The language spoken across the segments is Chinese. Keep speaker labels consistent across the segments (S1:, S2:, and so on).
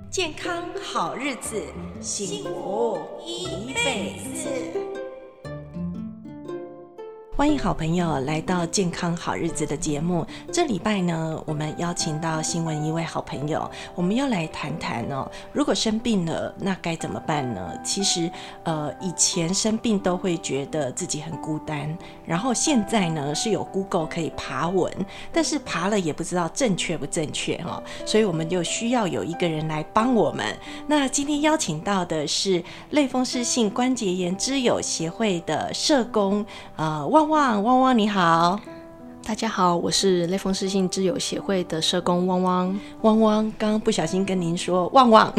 S1: 健康好日子，幸福一辈子。欢迎好朋友来到健康好日子的节目。这礼拜呢，我们邀请到新闻一位好朋友，我们要来谈谈如果生病了，那该怎么办呢？其实以前生病都会觉得自己很孤单，然后现在呢是有 Google 可以爬文，但是爬了也不知道正确不正确所以我们就需要有一个人来帮我们。那今天邀请到的是类风湿性关节炎之友协会的社工汪汪你好。
S2: 大家好，我是类风湿性之友协会的社工汪汪。
S1: 汪汪，刚刚不小心跟您说汪汪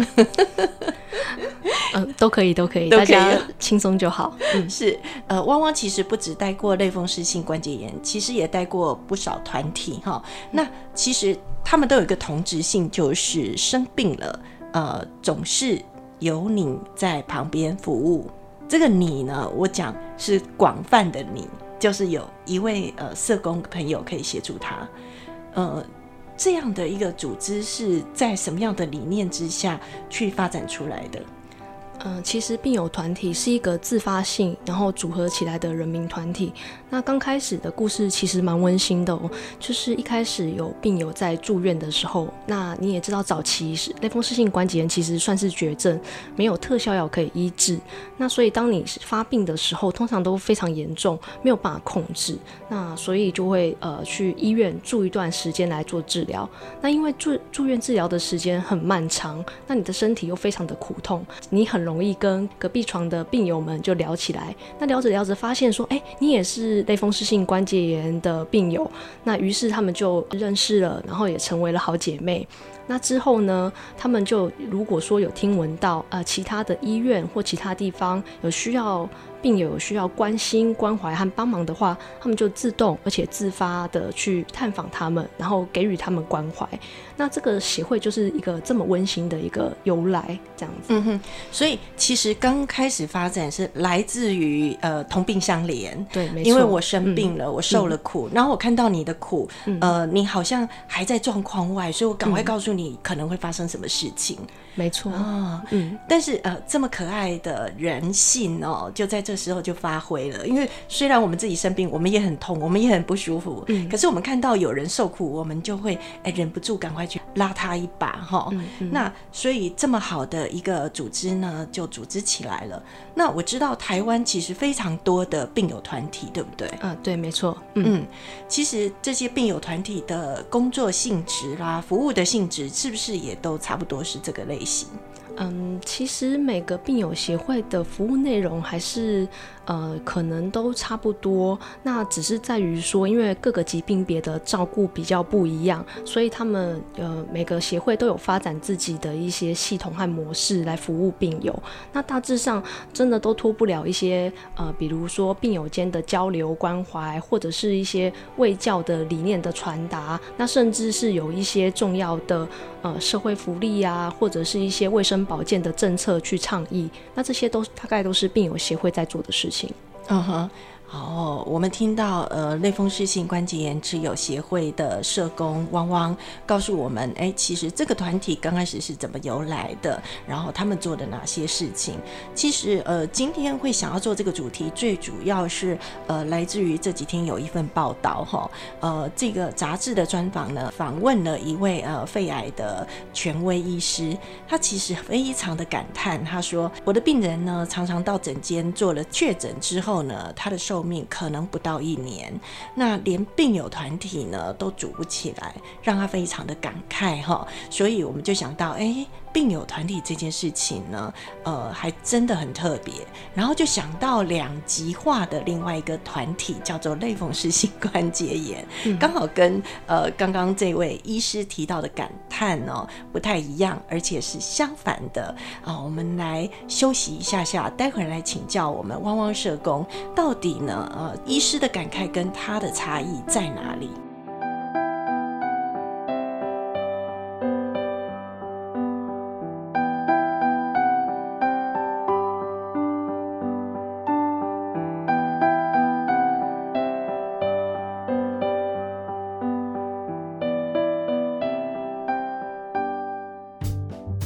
S2: 都可以大家轻松就好。
S1: 是汪汪其实不只带过类风湿性关节炎，其实也带过不少团体那其实他们都有一个同质性，就是生病了总是有你在旁边服务。这个你呢，我讲是广泛的你，就是有一位社工朋友可以协助他。这样的一个组织是在什么样的理念之下去发展出来的？
S2: 其实病友团体是一个自发性然后组合起来的人民团体。那刚开始的故事其实蛮温馨的就是一开始有病友在住院的时候，那你也知道早期类风湿性关节炎其实算是绝症，没有特效药可以医治，那所以当你发病的时候通常都非常严重，没有办法控制，那所以就会去医院住一段时间来做治疗。那因为住院治疗的时间很漫长，那你的身体又非常的苦痛，你很容易跟隔壁床的病友们就聊起来，那聊着聊着发现说你也是类风湿性关节炎的病友，那于是他们就认识了，然后也成为了好姐妹。那之后呢，他们就如果说有听闻到其他的医院或其他地方病友有需要关心关怀和帮忙的话，他们就自动而且自发的去探访他们，然后给予他们关怀。那这个协会就是一个这么温馨的一个由来，这样子。
S1: 所以其实刚开始发展是来自于同病相怜。
S2: 对，没错。
S1: 因为我生病了，我受了苦，然后我看到你的苦，你好像还在状况外，所以我赶快告诉你可能会发生什么事情。
S2: 没错。
S1: 但是这么可爱的人性就在这时候就发挥了。因为虽然我们自己生病，我们也很痛，我们也很不舒服，可是我们看到有人受苦，我们就会忍不住赶快去拉他一把那所以这么好的一个组织呢，就组织起来了。那我知道台湾其实非常多的病友团体，对不对？
S2: 对，没错。
S1: 其实这些病友团体的工作性质啦、服务的性质，是不是也都差不多是这个类型？
S2: 其实每个病友协会的服务内容还是可能都差不多，那只是在于说因为各个疾病别的照顾比较不一样，所以他们每个协会都有发展自己的一些系统和模式来服务病友。那大致上真的都脱不了一些比如说病友间的交流关怀，或者是一些卫教的理念的传达，那甚至是有一些重要的社会福利啊，或者是一些卫生保健的政策去倡议，那这些大概都是病友协会在做的事情。
S1: 我们听到类风湿性关节炎之友协会的社工汪汪告诉我们其实这个团体刚开始是怎么由来的，然后他们做的哪些事情。其实今天会想要做这个主题，最主要是来自于这几天有一份报道这个杂志的专访呢，访问了一位肺癌的权威医师，他其实非常的感叹，他说我的病人呢常常到诊间做了确诊之后呢，他的寿命可能不到1年，那连病友团体呢都组不起来，让他非常的感慨所以我们就想到病友团体这件事情呢还真的很特别，然后就想到2极化的另外一个团体叫做类风湿性关节炎，刚好跟刚刚这位医师提到的感叹不太一样，而且是相反的我们来休息一下下，待会儿来请教我们汪汪社工，到底呢医师的感慨跟他的差异在哪里？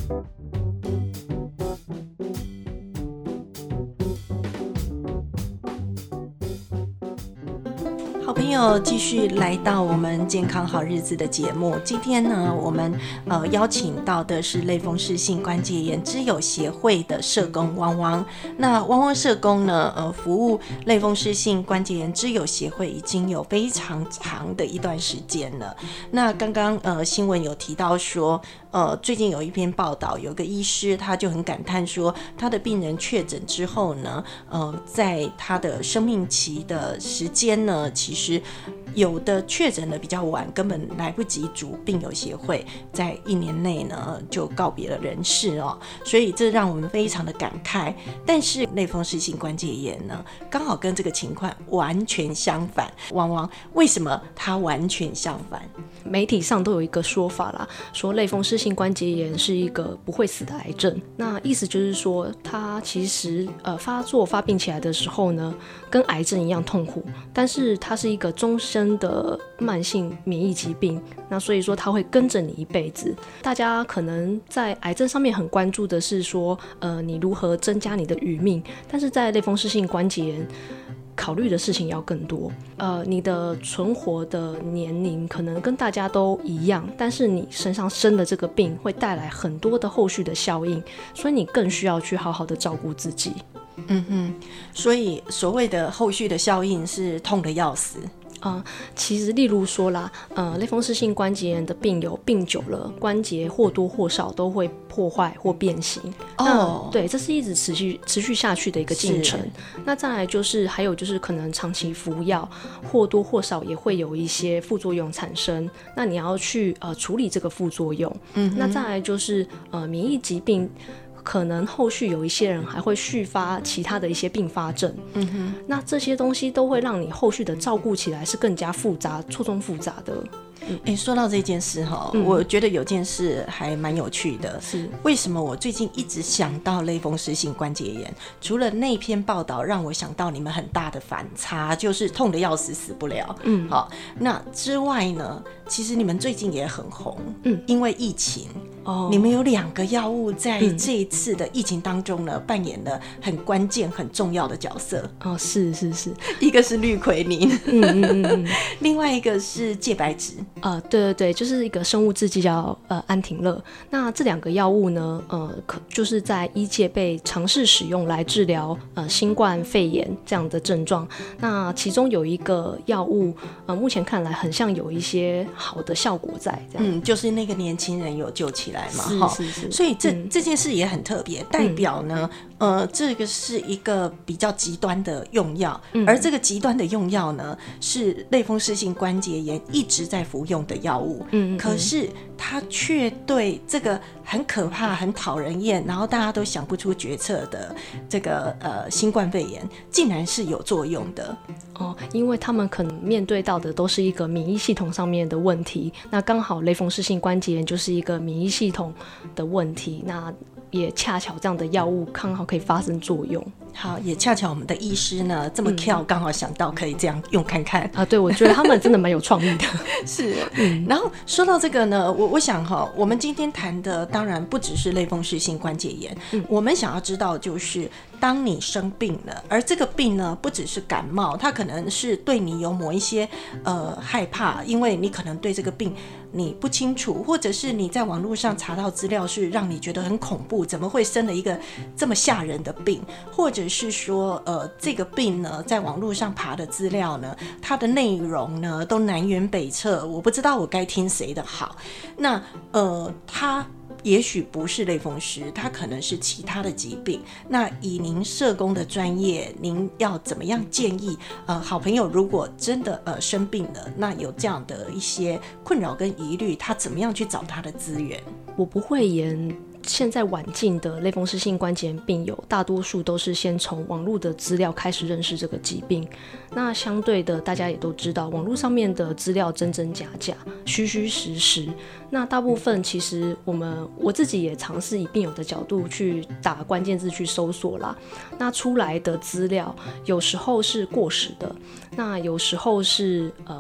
S1: 好朋友，继续来到我们健康好日子的节目。今天呢，我们邀请到的是类风湿性关节炎之友协会的社工汪汪。那汪汪社工呢，服务类风湿性关节炎之友协会已经有非常长的一段时间了。那刚刚新闻有提到说，最近有一篇报道，有个医师他就很感叹说，他的病人确诊之后呢，在他的生命期的时间呢，其实有的确诊的比较晚，根本来不及组病友协会，在1年内呢就告别了人世哦，所以这让我们非常的感慨。但是类风湿性关节炎呢，刚好跟这个情况完全相反。汪汪，为什么它完全相反？
S2: 媒体上都有一个说法啦，说类风湿性关节炎是一个不会死的癌症。那意思就是说，它其实发病起来的时候呢，跟癌症一样痛苦，但是它是一个终身的慢性免疫疾病。那所以说，它会跟着你一辈子。大家可能在癌症上面很关注的是说，你如何增加你的余命，但是在类风湿性关节炎考虑的事情要更多。你的存活的年龄可能跟大家都一样，但是你身上生的这个病会带来很多的后续的效应，所以你更需要去好好的照顾自己。
S1: 所以所谓的后续的效应是痛得要死。
S2: 其实例如说啦，类风湿性关节炎的病友病久了，关节或多或少都会破坏或变形。对，这是一直持续下去的一个进程。那再来就是还有就是可能长期服药，或多或少也会有一些副作用产生。那你要去处理这个副作用。那再来就是免疫疾病。可能后续有一些人还会续发其他的一些并发症。那这些东西都会让你后续的照顾起来是更加复杂、错综复杂的。
S1: 说到这件事我觉得有件事还蛮有趣的，
S2: 是
S1: 为什么我最近一直想到类风湿性关节炎？除了那篇报道让我想到你们很大的反差，就是痛得要死死不了。好，那之外呢，其实你们最近也很红，因为疫情。你们有2个药物在这一次的疫情当中呢，扮演了很关键、很重要的角色。
S2: 是，
S1: 一个是氯喹宁，另外一个是介白芷。
S2: 对，就是一个生物制剂叫安廷乐。那这2个药物呢，就是在医界被尝试使用来治疗新冠肺炎这样的症状。那其中有一个药物，目前看来很像有一些好的效果在，这样。
S1: 就是那个年轻人有救起来嘛，
S2: 是，
S1: 所以这件事也很特别，代表呢，这个是一个比较极端的用药，而这个极端的用药呢，是类风湿性关节炎一直在服用的药物，可是它却对这个很可怕、很讨人厌，然后大家都想不出决策的这个新冠肺炎，竟然是有作用的。
S2: 因为他们可能面对到的都是一个免疫系统上面的问题，那刚好类风湿性关节炎就是一个免疫系统的问题，那也恰巧这样的药物刚好可以发生作用。
S1: 好，也恰巧我们的医师呢这么跳，刚好想到可以这样用看看
S2: 对，我觉得他们真的蛮有创意的。
S1: 是，然后说到这个呢，我想我们今天谈的当然不只是类风湿性关节炎，我们想要知道就是当你生病了，而这个病呢不只是感冒，它可能是对你有某一些害怕，因为你可能对这个病你不清楚，或者是你在网络上查到资料是让你觉得很恐怖，怎么会生了一个这么吓人的病，或者是说这个病呢在网络上爬的资料呢，它的内容呢都南辕北辙，我不知道我该听谁的好。那它也许不是类风湿，它可能是其他的疾病。那以您社工的专业，您要怎么样建议好朋友如果真的生病了，那有这样的一些困扰跟疑虑，他怎么样去找他的资源？
S2: 我不会言现在晚近的类风湿性关节炎病友，大多数都是先从网络的资料开始认识这个疾病。那相对的，大家也都知道，网络上面的资料真真假假，虚虚实实。那大部分其实我自己也尝试以病友的角度去打关键字去搜索啦。那出来的资料有时候是过时的，那有时候是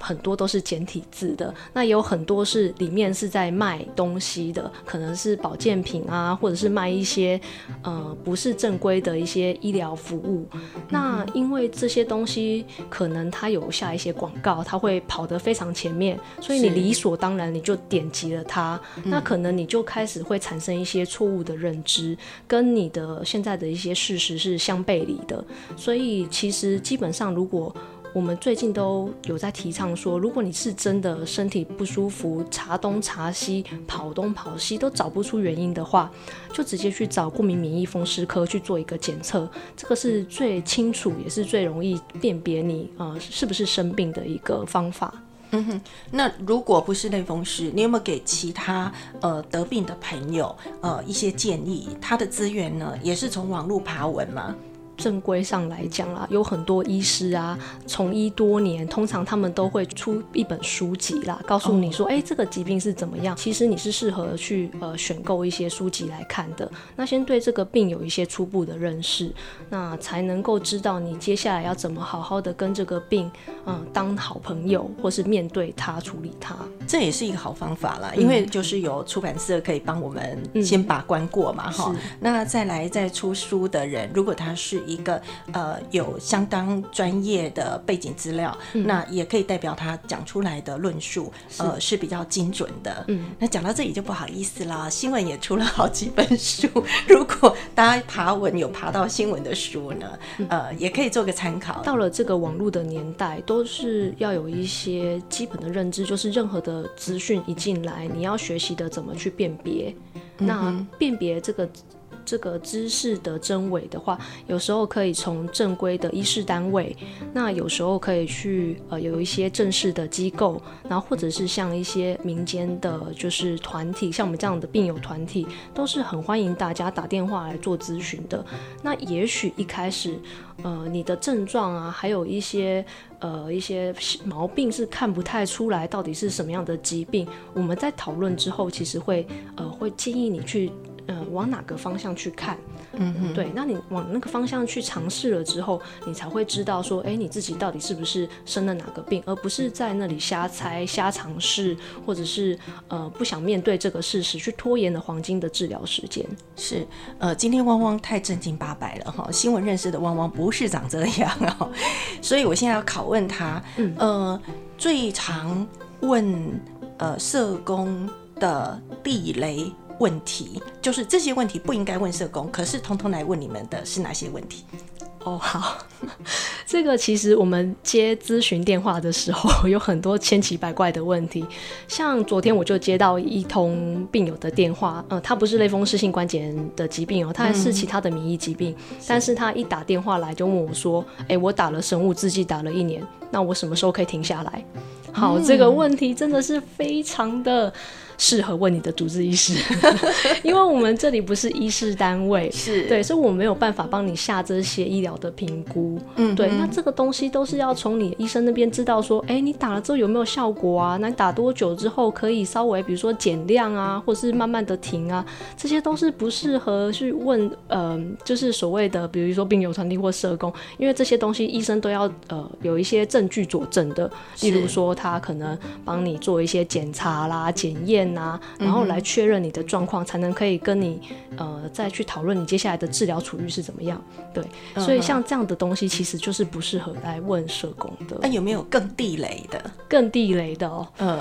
S2: 很多都是简体字的，那也有很多是里面是在卖东西的，可能是保健品啊，或者是卖一些不是正规的一些医疗服务。那因为这些东西可能它有下一些广告，它会跑得非常前面，所以你理所当然你就点击了它，那可能你就开始会产生一些错误的认知，跟你的现在的一些事实是相背离的。所以其实基本上如果我们最近都有在提倡说，如果你是真的身体不舒服，查东查西，跑东跑西都找不出原因的话，就直接去找过敏免疫风湿科去做一个检测，这个是最清楚也是最容易辨别你是不是生病的一个方法。
S1: 那如果不是类风湿，你有没有给其他得病的朋友一些建议？他的资源呢，也是从网络爬文吗？
S2: 正规上来讲啦，有很多医师啊，从医多年，通常他们都会出一本书籍啦，告诉你说，这个疾病是怎么样。其实你是适合去选购一些书籍来看的。那先对这个病有一些初步的认识，那才能够知道你接下来要怎么好好的跟这个病当好朋友，或是面对它、处理它。
S1: 这也是一个好方法啦，因为就是有出版社可以帮我们先把关过嘛，那再来再出书的人，如果他是一个有相当专业的背景资料，那也可以代表他讲出来的论述是比较精准的。那讲到这里就不好意思啦，新闻也出了好几本书，如果大家爬文有爬到新闻的书呢，也可以做个参考。
S2: 到了这个网络的年代，都是要有一些基本的认知，就是任何的资讯一进来，你要学习的怎么去辨别。那辨别这个知识的真伪的话，有时候可以从正规的医事单位，那有时候可以去有一些正式的机构，然后或者是像一些民间的就是团体，像我们这样的病友团体，都是很欢迎大家打电话来做咨询的。那也许一开始你的症状啊，还有一些毛病是看不太出来到底是什么样的疾病，我们在讨论之后其实会建议你去往哪个方向去看。对，那你往那个方向去尝试了之后，你才会知道说你自己到底是不是生了哪个病，而不是在那里瞎猜瞎尝试，或者是不想面对这个事实，去拖延了黄金的治疗时间。
S1: 是今天汪汪太正经八百了新闻认识的汪汪不是长这样所以我现在要拷问他最常问社工的地雷问题，就是这些问题不应该问社工，可是通通来问你们的是哪些问题？
S2: 好，这个其实我们接咨询电话的时候有很多千奇百怪的问题，像昨天我就接到一通病友的电话，他不是类风湿性关节炎的疾病他是其他的免疫疾病，但是他一打电话来就问我说我打了生物制剂打了1年，那我什么时候可以停下来？好，这个问题真的是非常的适合问你的主治医师因为我们这里不是医事单位，
S1: 是
S2: 对，所以我没有办法帮你下这些医疗的评估。对，那这个东西都是要从你医生那边知道说你打了之后有没有效果啊，那你打多久之后可以稍微比如说减量啊，或是慢慢的停啊，这些都是不适合去问就是所谓的比如说病友团体或社工，因为这些东西医生都要有一些证据佐证的，例如说他可能帮你做一些检查啦、检验啊，然后来确认你的状况，才能可以跟你再去讨论你接下来的治疗处遇是怎么样。对，所以像这样的东西其实就是不适合来问社工的。
S1: 有没有更地雷的？
S2: 更地雷的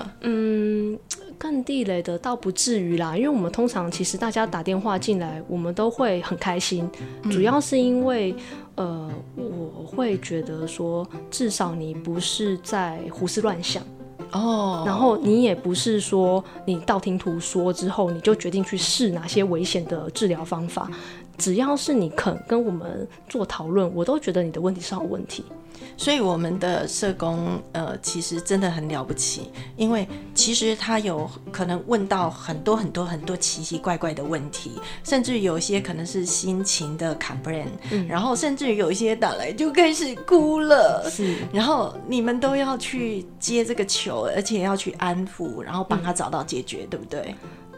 S2: 更地雷的倒不至于啦，因为我们通常其实大家打电话进来我们都会很开心，主要是因为我会觉得说至少你不是在胡思乱想然后你也不是说你道听途说之后你就决定去试哪些危险的治疗方法，只要是你肯跟我们做讨论，我都觉得你的问题是好问题。
S1: 所以我们的社工其实真的很了不起，因为其实他有可能问到很多很多很多奇奇怪怪的问题，甚至有一些可能是心情的 complain，然后甚至有一些打来就开始哭了，
S2: 是，
S1: 然后你们都要去接这个球，而且要去安抚，然后帮他找到解决，对不对？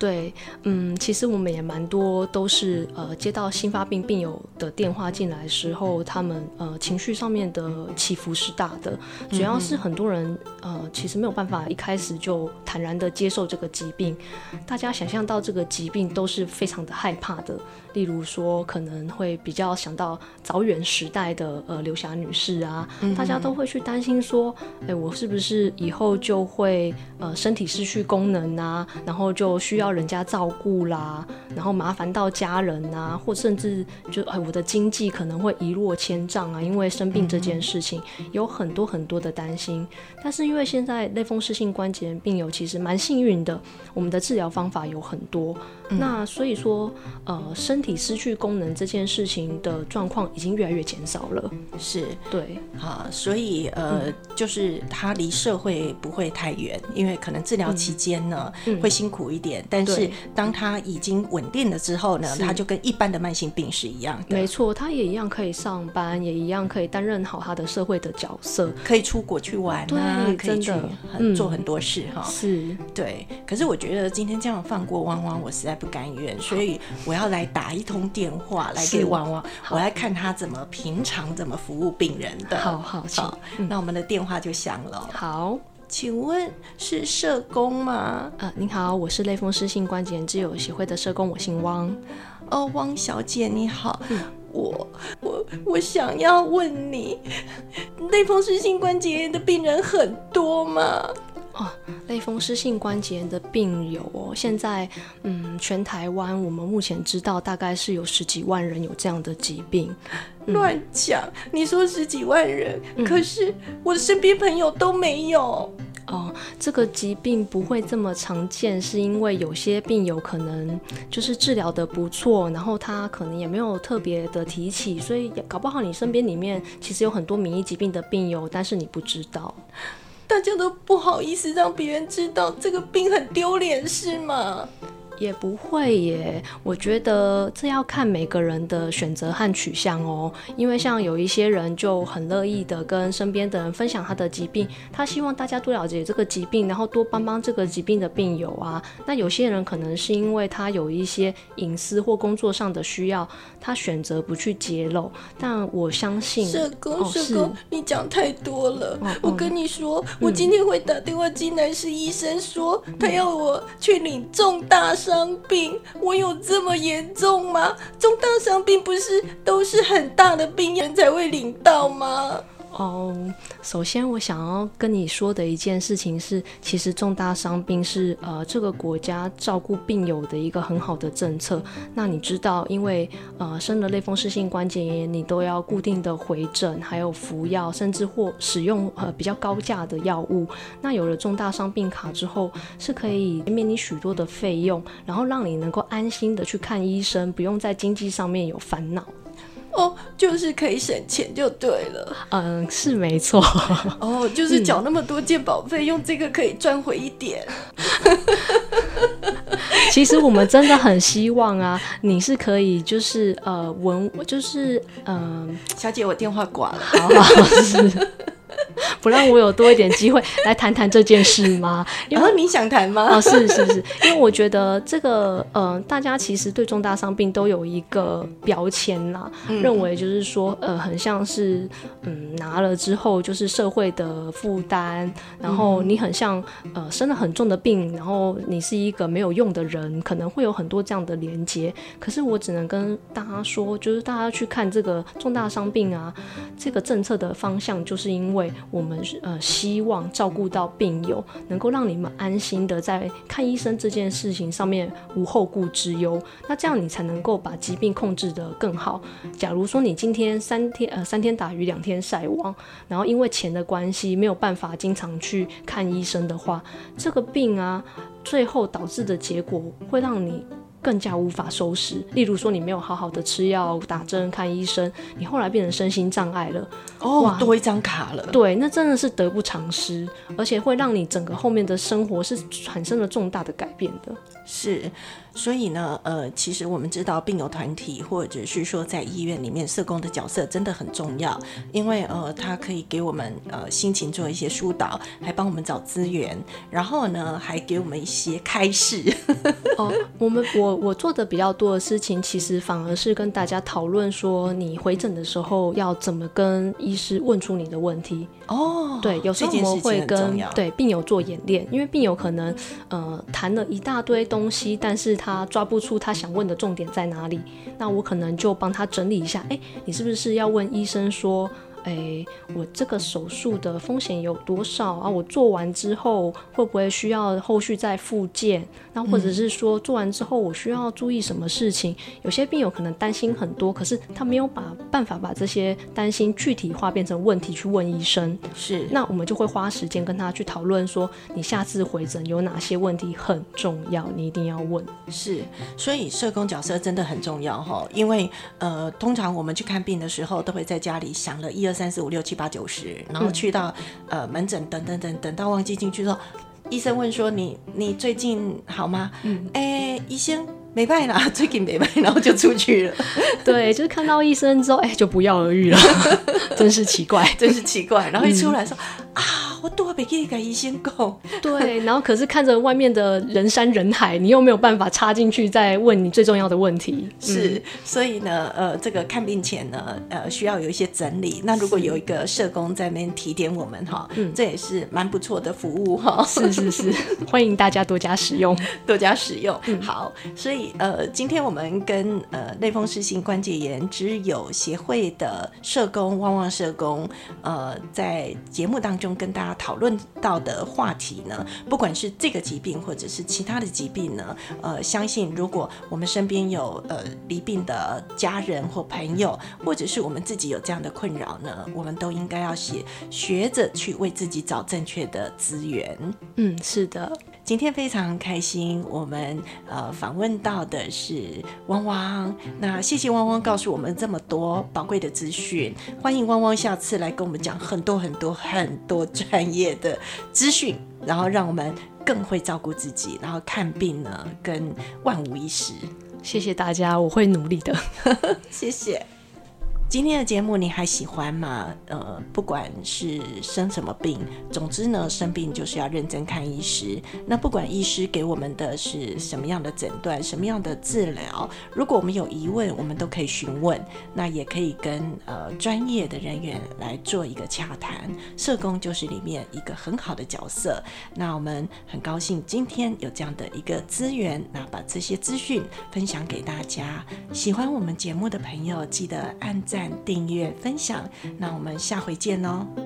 S2: 对，其实我们也蛮多都是接到新发病友的电话进来的时候，他们情绪上面的起伏是大的，主要是很多人其实没有办法一开始就坦然的接受这个疾病，大家想象到这个疾病都是非常的害怕的，例如说可能会比较想到早远时代的刘霞女士啊，大家都会去担心说，我是不是以后就会身体失去功能啊，然后就需要人家照顾啦，然后麻烦到家人啊，或甚至就我的经济可能会一落千丈啊，因为生病这件事情有很多很多的担心。但是因为现在类风湿性关节炎病友其实蛮幸运的，我们的治疗方法有很多，那所以说身体失去功能这件事情的状况已经越来越减少了。
S1: 是，
S2: 对，
S1: 所以就是他离社会不会太远，因为可能治疗期间呢会辛苦一点，但是当他已经稳定了之后呢，他就跟一般的慢性病是一样的。
S2: 没错，他也一样可以上班，也一样可以担任好他的社会的角色，
S1: 可以出国去玩啊，
S2: 对，
S1: 可以去做很多事哈。
S2: 是，
S1: 对。可是我觉得今天这样放过汪汪，我实在不甘愿，所以我要来打一通电话来给汪汪，我来看他平常怎么服务病人的。
S2: 好，
S1: 那我们的电话就响了。
S2: 好。
S1: 请问是社工吗？
S2: 您好，我是类风湿性关节炎之友协会的社工，我姓汪。
S1: 汪小姐你好，我想要问你，类风湿性关节炎的病人很多吗？
S2: 类风湿性关节炎的病友现在全台湾我们目前知道大概是有10几万人有这样的疾病。
S1: 乱讲，你说10几万人，可是我的身边朋友都没有。
S2: 这个疾病不会这么常见，是因为有些病友可能就是治疗的不错，然后他可能也没有特别的提起，所以搞不好你身边里面其实有很多免疫疾病的病友，但是你不知道。
S1: 大家都不好意思让别人知道这个病很丢脸是吗？
S2: 也不会耶，我觉得这要看每个人的选择和取向哦。因为像有一些人就很乐意的跟身边的人分享他的疾病，他希望大家多了解这个疾病，然后多帮帮这个疾病的病友啊。那有些人可能是因为他有一些隐私或工作上的需要，他选择不去揭露。但我相信
S1: 社工，你讲太多了。我跟你说，我今天会打电话进来，是医生说他要我去领重大伤病。我有这么严重吗？重大伤病不是都是很大的病人才会领到吗？
S2: 首先我想要跟你说的一件事情是，其实重大伤病是这个国家照顾病友的一个很好的政策。那你知道，因为生了类风湿性关节炎，你都要固定的回诊，还有服药，甚至或使用比较高价的药物。那有了重大伤病卡之后，是可以免你许多的费用，然后让你能够安心的去看医生，不用在经济上面有烦恼。
S1: 就是可以省钱就对了。
S2: 是没错。
S1: 就是缴那么多健保费，用这个可以赚回一点。
S2: 其实我们真的很希望啊，你是可以就是
S1: 小姐，我电话挂了。
S2: 好，是。不让我有多一点机会来谈谈这件事吗？
S1: 因为你想谈吗？
S2: 是，因为我觉得这个大家其实对重大伤病都有一个标签啦，认为就是说很像是拿了之后就是社会的负担，然后你很像生了很重的病，然后你是一个没有用的人，可能会有很多这样的连结。可是我只能跟大家说，就是大家去看这个重大伤病啊，这个政策的方向，就是因为我们希望照顾到病友，能够让你们安心的在看医生这件事情上面无后顾之忧。那这样你才能够把疾病控制得更好。假如说你今天三天打鱼2天晒网，然后因为钱的关系没有办法经常去看医生的话，这个病啊，最后导致的结果会让你更加无法收拾。例如说你没有好好的吃药打针看医生，你后来变成身心障碍了，
S1: 多一张卡了。
S2: 对，那真的是得不偿失，而且会让你整个后面的生活是产生了重大的改变的。
S1: 是， 所以呢，其实我们知道病友团体或者是说在医院里面社工的角色真的很重要，因为他可以给我们心情做一些疏导，还帮我们找资源，然后呢还给我们一些开示。
S2: 我做的比较多的事情，其实反而是跟大家讨论说，你回诊的时候要怎么跟医师问出你的问题。对，有时候我们会跟病友做演练，因为病友可能谈了一大堆东西，但是他抓不出他想问的重点在哪里，那我可能就帮他整理一下，你是不是要问医生说，我这个手术的风险有多少啊？我做完之后会不会需要后续再复健？那或者是说做完之后我需要注意什么事情？有些病友可能担心很多，可是他没有办法把这些担心具体化变成问题去问医生。
S1: 是，
S2: 那我们就会花时间跟他去讨论说，你下次回诊有哪些问题很重要，你一定要问。
S1: 是，所以社工角色真的很重要齁，因为通常我们去看病的时候都会在家里想了1、2、3、4、5、6、7、8、9、10，然后去到门诊等到忘记进去之后，医生问说你最近好吗？医生没办啦，最近没办，然后就出去了。
S2: 对，就是看到医生之后，就不药而愈了，真是奇怪，
S1: 真是奇怪。然后一出来说、我都没给你跟医生讲。
S2: 对，然后可是看着外面的人山人海，你又没有办法插进去再问你最重要的问题。
S1: 是，所以呢，这个看病前呢，需要有一些整理。那如果有一个社工在那边提点我们哈，这也是蛮不错的服务哈。
S2: 是，欢迎大家多加使用，
S1: 多加使用。好，所以今天我们跟类风湿性关节炎之友协会的社工汪汪社工，在节目当中跟大家讨论到的话题呢，不管是这个疾病或者是其他的疾病呢，相信如果我们身边有罹病的家人或朋友，或者是我们自己有这样的困扰呢，我们都应该要学着去为自己找正确的资源。
S2: 是的。
S1: 今天非常开心，我们访问到的是汪汪。那谢谢汪汪告诉我们这么多宝贵的资讯，欢迎汪汪下次来跟我们讲很多专业的资讯，然后让我们更会照顾自己，然后看病呢更万无一失。
S2: 谢谢大家，我会努力的。
S1: 谢谢。今天的节目你还喜欢吗？不管是生什么病，总之呢，生病就是要认真看医师。那不管医师给我们的是什么样的诊断，什么样的治疗，如果我们有疑问，我们都可以询问。那也可以跟专业的人员来做一个洽谈。社工就是里面一个很好的角色。那我们很高兴今天有这样的一个资源，那把这些资讯分享给大家。喜欢我们节目的朋友，记得按赞、订阅、分享。那我们下回见哦。